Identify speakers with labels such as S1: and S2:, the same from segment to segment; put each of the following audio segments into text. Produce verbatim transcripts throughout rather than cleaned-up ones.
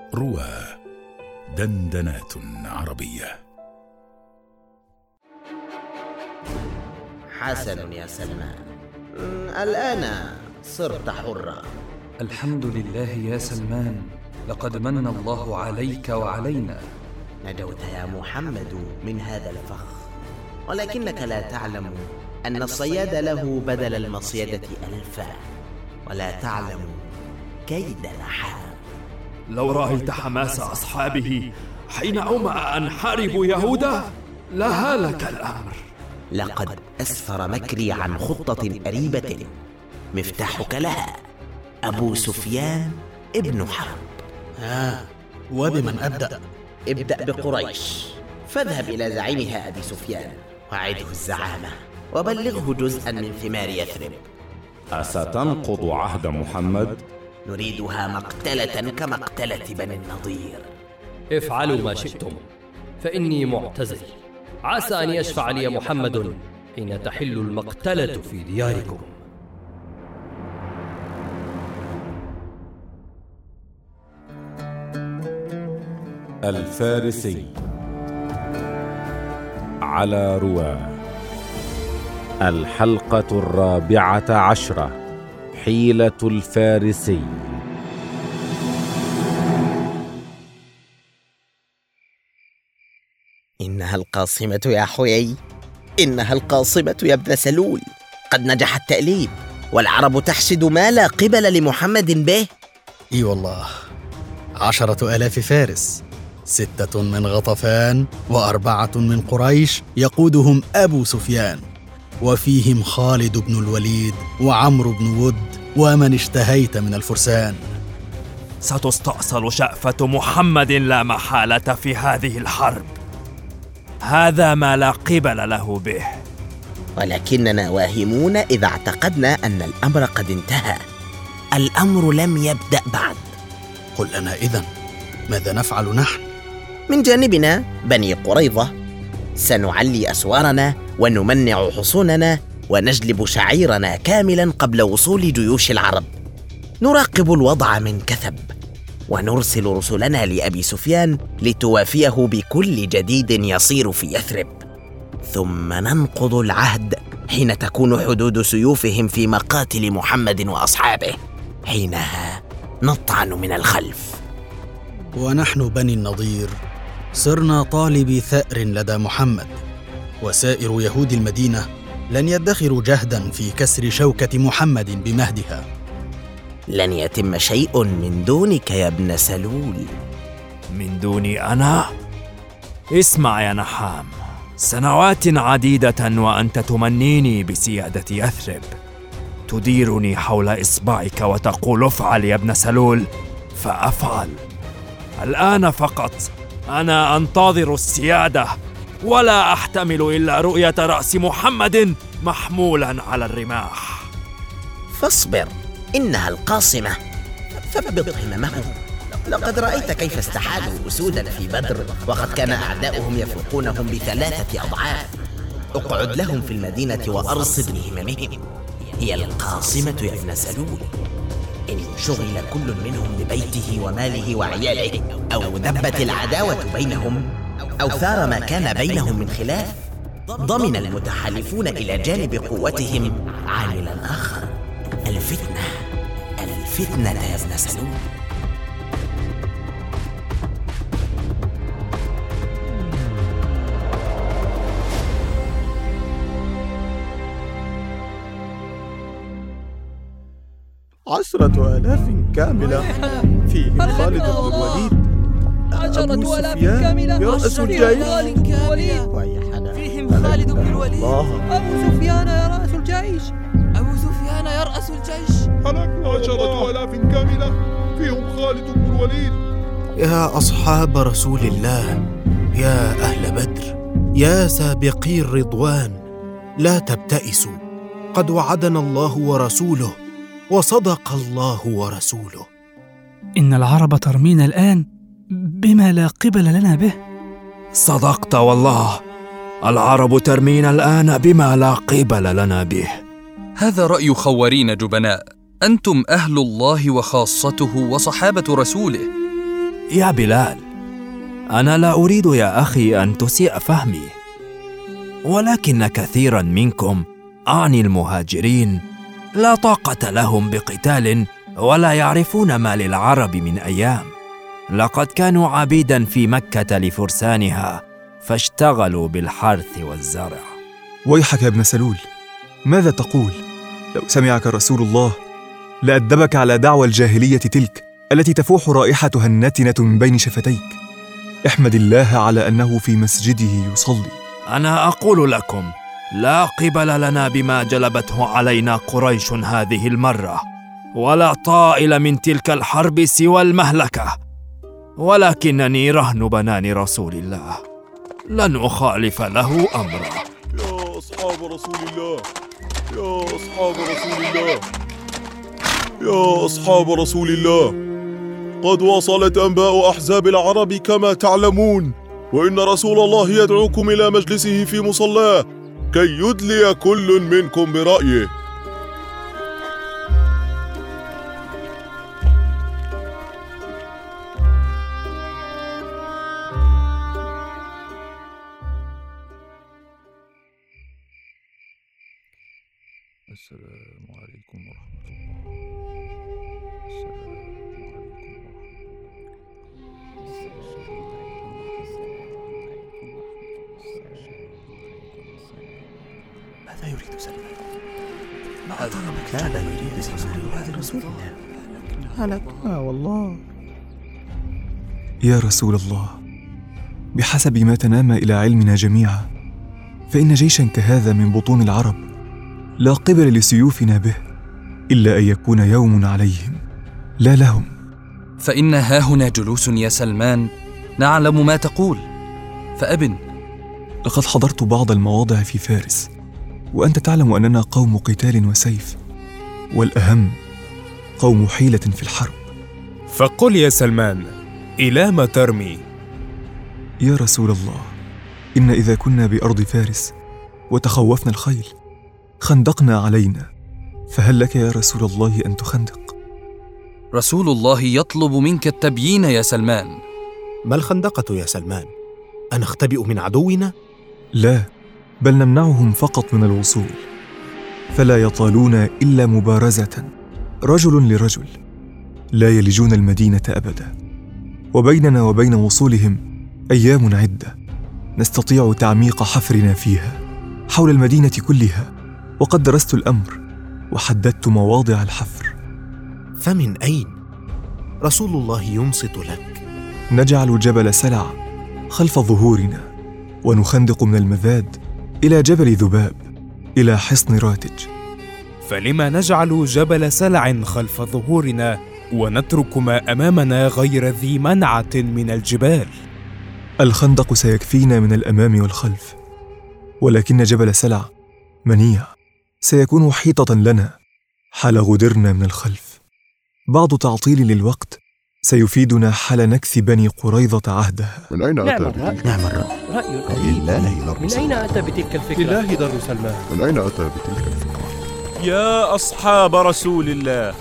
S1: روى دندنات عربية.
S2: حسن يا سلمان، الآن صرت حرا.
S3: الحمد لله يا سلمان، لقد من الله عليك وعلينا.
S2: نجوت يا محمد من هذا الفخ، ولكنك لا تعلم أن الصياد له بدل المصيدة ألفا، ولا تعلم كيد نحام.
S4: لو رأيت حماس أصحابه حين أومأ أن حاربوا يهودا لهالك الأمر.
S2: لقد أسفر مكري عن خطة قريبة مفتاحك لها أبو سفيان ابن حرب.
S5: آه وبمن أبدأ؟
S2: ابدأ بقريش، فاذهب إلى زعيمها أبي سفيان وعده الزعامة، وبلغه جزءا من ثمار يثرب.
S6: أستنقض عهد محمد؟
S2: نريدها مقتلة كمقتلة بني النضير.
S7: افعلوا ما شئتم، فإني معتزل، عسى أن يشفع لي محمد حين تحل المقتلة في دياركم.
S6: الفارسي على رواه. الحلقة الرابعة عشرة، حيلة الفارسي.
S2: إنها القاصمة يا حيي، إنها القاصمة يا ابن سلول. قد نجح التأليب، والعرب تحشد ما لا قبل لمحمد به.
S5: إي والله، عشرة آلاف فارس، ستة من غطفان وأربعة من قريش يقودهم أبو سفيان، وفيهم خالد بن الوليد وعمرو بن ود ومن اشتهيت من الفرسان.
S4: ستستأصل شأفة محمد لا محالة في هذه الحرب، هذا ما لا قبل له به.
S2: ولكننا واهمون إذا اعتقدنا أن الأمر قد انتهى. الأمر لم يبدأ بعد.
S5: قل لنا إذن، ماذا نفعل نحن؟
S2: من جانبنا بني قريظة، سنعلي أسوارنا ونمنع حصوننا ونجلب شعيرنا كاملا قبل وصول جيوش العرب. نراقب الوضع من كثب، ونرسل رسلنا لأبي سفيان لتوافيه بكل جديد يصير في يثرب، ثم ننقض العهد حين تكون حدود سيوفهم في مقاتل محمد وأصحابه. حينها نطعن من الخلف.
S5: ونحن بني النضير صرنا طالبي ثأر لدى محمد، وسائر يهود المدينة لن يدخروا جهدا في كسر شوكة محمد بمهدها.
S2: لن يتم شيء من دونك يا ابن سلول.
S4: من دوني أنا؟ اسمع يا نحام، سنوات عديدة وأنت تمنيني بسيادة يثرب، تديرني حول إصبعك وتقول افعل يا ابن سلول فأفعل. الآن فقط أنا أنتظر السيادة، ولا أحتمل إلا رؤية رأس محمد محمولا على الرماح.
S2: فاصبر، إنها القاصمة، فابط هممهم. لقد رأيت كيف استحالوا أسودنا في بدر، وقد كان أعداؤهم يفوقونهم بثلاثة أضعاف. اقعد لهم في المدينة وأرصد لهممهم. هي القاصمة يا ابن سلول. إن شغل كل منهم ببيته وماله وعياله، أو دبت العداوة بينهم، أو ثار ما كان بينهم من خلاف، ضمن المتحالفون إلى جانب قوتهم عاملا آخر: الفتنة. الفتنة يا ابن سلول.
S8: عشرة آلاف كاملة، فيهم خالد بن الوليد،
S9: عشرة آلاف كاملة
S8: يرأس الجيش،
S9: فيهم خالد بن الوليد، أبو سفيان يرأس الجيش، أبو سفيان يرأس الجيش.
S8: هلكنا. عشرة آلاف كاملة، فيهم خالد بن الوليد.
S5: يا أصحاب رسول الله، يا أهل بدر، يا سابقي الرضوان، لا تبتئسوا، قد وعدنا الله ورسوله، وصدق الله ورسوله.
S10: إن العرب ترمينا الآن بما لا قبل لنا به.
S4: صدقت والله، العرب ترمينا الآن بما لا قبل لنا به.
S3: هذا رأي خوارين جبناء، أنتم أهل الله وخاصته وصحابة رسوله،
S4: يا بلال، أنا لا أريد يا أخي أن تسيء فهمي، ولكن كثيرا منكم، أعني المهاجرين، لا طاقة لهم بقتال ولا يعرفون ما للعرب من أيام. لقد كانوا عبيدا في مكة لفرسانها فاشتغلوا بالحرث والزرع.
S11: ويحك يا ابن سلول، ماذا تقول؟ لو سمعك رسول الله لأدبك على دعوى الجاهلية تلك التي تفوح رائحتها النتنة من بين شفتيك. احمد الله على أنه في مسجده يصلي.
S4: أنا أقول لكم، لا قبل لنا بما جلبته علينا قريش هذه المرة، ولا طائل من تلك الحرب سوى المهلكة، ولكنني رهن بنان رسول الله، لن أخالف له أمره.
S8: يا أصحاب رسول الله، يا أصحاب رسول الله، يا أصحاب رسول الله، قد وصلت أنباء أحزاب العرب كما تعلمون، وإن رسول الله يدعوكم إلى مجلسه في مصلاه كي يدلي كل منكم برأيه.
S1: السلام عليكم ورحمة الله. السلام
S2: ماذا يريد سلمان؟ ما أضربك؟ ماذا يريد سلمان؟ هذا رسول الله. هلكنا والله.
S11: يا رسول الله، بحسب ما تنامى إلى علمنا جميعا، فإن جيشا كهذا من بطون العرب لا قبل لسيوفنا به إلا أن يكون يوم عليهم لا لهم.
S3: فإن هاهنا جلوس يا سلمان نعلم ما تقول، فأبن.
S11: لقد حضرت بعض المواضع في فارس، وأنت تعلم أننا قوم قتال وسيف، والأهم قوم حيلة في الحرب.
S12: فقل يا سلمان، إلى ما ترمي؟
S11: يا رسول الله، إن إذا كنا بأرض فارس وتخوفنا الخيل خندقنا علينا، فهل لك يا رسول الله أن تخندق؟
S3: رسول الله يطلب منك التبيين يا سلمان.
S2: ما الخندقة يا سلمان؟ أنختبئ من عدونا؟
S11: لا، بل نمنعهم فقط من الوصول، فلا يطالون إلا مبارزة رجل لرجل، لا يلجون المدينة أبدا، وبيننا وبين وصولهم أيام عدة نستطيع تعميق حفرنا فيها حول المدينة كلها، وقد درست الأمر وحددت مواضع الحفر.
S2: فمن أين؟ رسول الله ينصت لك.
S11: نجعل جبل سلع خلف ظهورنا، ونخندق من المذاد إلى جبل ذباب إلى حصن راتج.
S12: فلما نجعل جبل سلع خلف ظهورنا ونترك ما أمامنا غير ذي منعة من الجبال؟
S11: الخندق سيكفينا من الأمام والخلف، ولكن جبل سلع منيع سيكون حيطة لنا حال غدرنا من الخلف. بعض تعطيل للوقت سيفيدنا حال نكث بني قريظة عهدها.
S8: من أين أتى؟
S2: نعم الرأي.
S7: رأي
S2: لله.
S7: من أين أتى بتلك الفكرة؟
S8: لله در سلمان. من أين أتى بتلك الفكرة؟
S13: يا أصحاب رسول الله،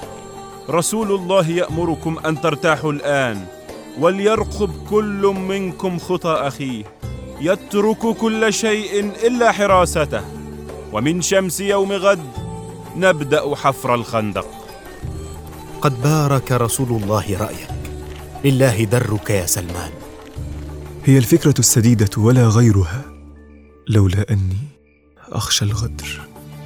S13: رسول الله يأمركم أن ترتاحوا الآن، وليرقب كل منكم خطى أخيه، يترك كل شيء إلا حراسته، ومن شمس يوم غد نبدأ حفر الخندق.
S2: قد بارك رسول الله رأيك، لله درك يا سلمان.
S11: هي الفكرة السديدة ولا غيرها، لولا أني أخشى الغدر.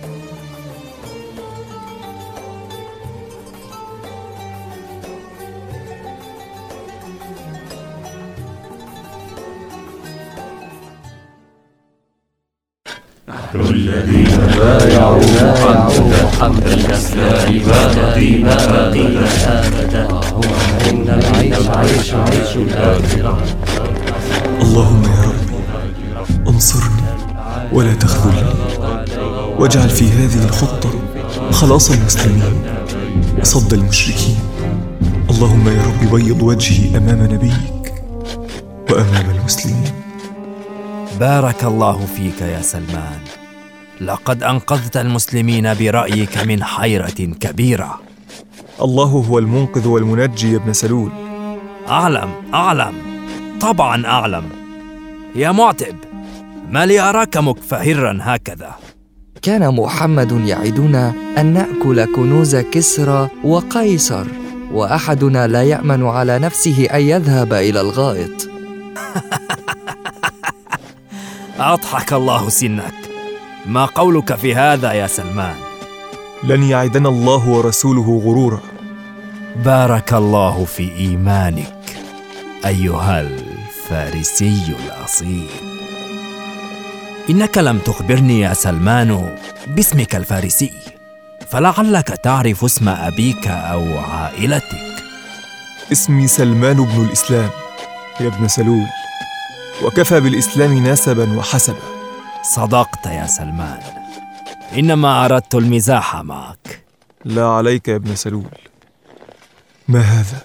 S14: الذين بايعوا محمدا كالسائبات دينارا أبدا، إن العيش عيش الآخرة.
S11: اللهم يا ربي انصرني ولا تخذلني، واجعل في هذه الخطة خلاص المسلمين وصد المشركين. اللهم يا رب بيض وجهي أمام نبيك وأمام المسلمين.
S4: بارك الله فيك يا سلمان، لقد أنقذت المسلمين برأيك من حيرة كبيرة.
S11: الله هو المنقذ والمنجي يا ابن سلول،
S4: أعلم أعلم طبعا أعلم. يا معتب، ما لي أراك مكفهرا هكذا؟
S15: كان محمد يعدنا أن نأكل كنوز كسرى وقيصر، وأحدنا لا يأمن على نفسه أن يذهب إلى الغائط.
S4: أضحك الله سنك. ما قولك في هذا يا سلمان؟
S11: لن يعدنا الله ورسوله غرورا.
S4: بارك الله في إيمانك أيها الفارسي الأصيل. إنك لم تخبرني يا سلمان باسمك الفارسي، فلعلك تعرف اسم أبيك أو عائلتك.
S11: اسمي سلمان بن الإسلام يا ابن سلول، وكفى بالإسلام نسبا وحسبا.
S4: صدقت يا سلمان، إنما أردت المزاح معك.
S11: لا عليك يا ابن سلول. ما هذا؟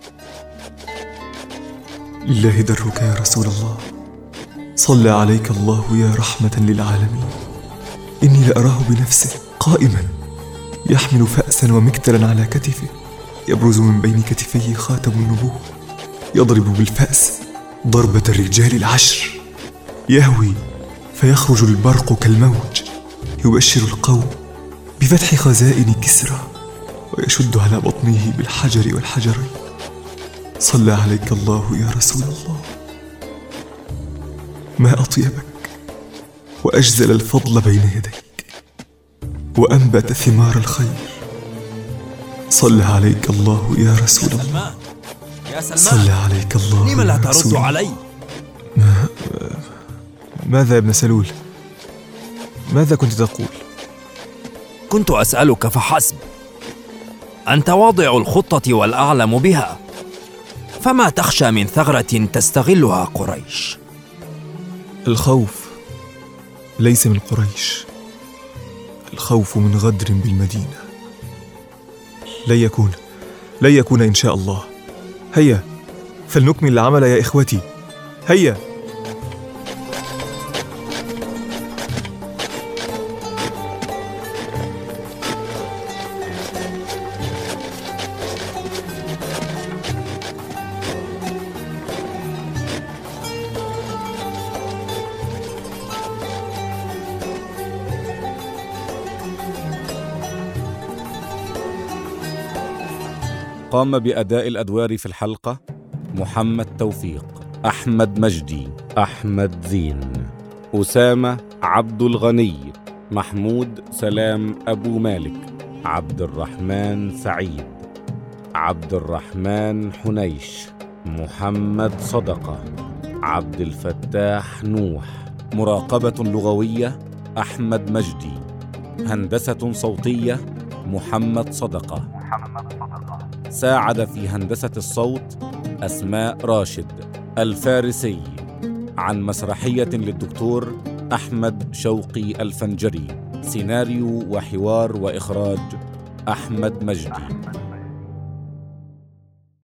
S11: لله درك يا رسول الله، صلى عليك الله يا رحمة للعالمين. إني لأراه بنفسه قائما يحمل فأسا ومكتلا على كتفه، يبرز من بين كتفيه خاتم النبوة، يضرب بالفأس ضربة الرجال العشر، يهوي فيخرج البرق كالموج، يبشر القوم بفتح خزائن كسرى، ويشد على بطنه بالحجر والحجرين. صلى عليك الله يا رسول الله. ما أطيبك وأجزل الفضل بين يديك، وأنبت ثمار الخير. صلى عليك الله يا رسول الله.
S4: يا سلمان،
S11: صلى عليك الله.
S4: لم لا ترد علي؟
S11: ما... ماذا يا ابن سلول؟ ماذا كنت تقول؟
S4: كنت أسألك فحسب. أنت واضع الخطة والأعلم بها، فما تخشى من ثغرة تستغلها قريش؟
S11: الخوف ليس من قريش، الخوف من غدر بالمدينة. لن يكون لن يكون إن شاء الله. هيا فلنكمل العمل يا إخوتي، هيا.
S6: قام بأداء الأدوار في الحلقة محمد توفيق، أحمد مجدي، أحمد زين، أسامة عبد الغني، محمود سلام أبو مالك، عبد الرحمن سعيد، عبد الرحمن حنيش، محمد صدقة، عبد الفتاح نوح. مراقبة لغوية أحمد مجدي. هندسة صوتية محمد صدقة. ساعد في هندسة الصوت أسماء راشد. الفارسي عن مسرحية للدكتور أحمد شوقي الفنجري. سيناريو وحوار وإخراج أحمد مجدي.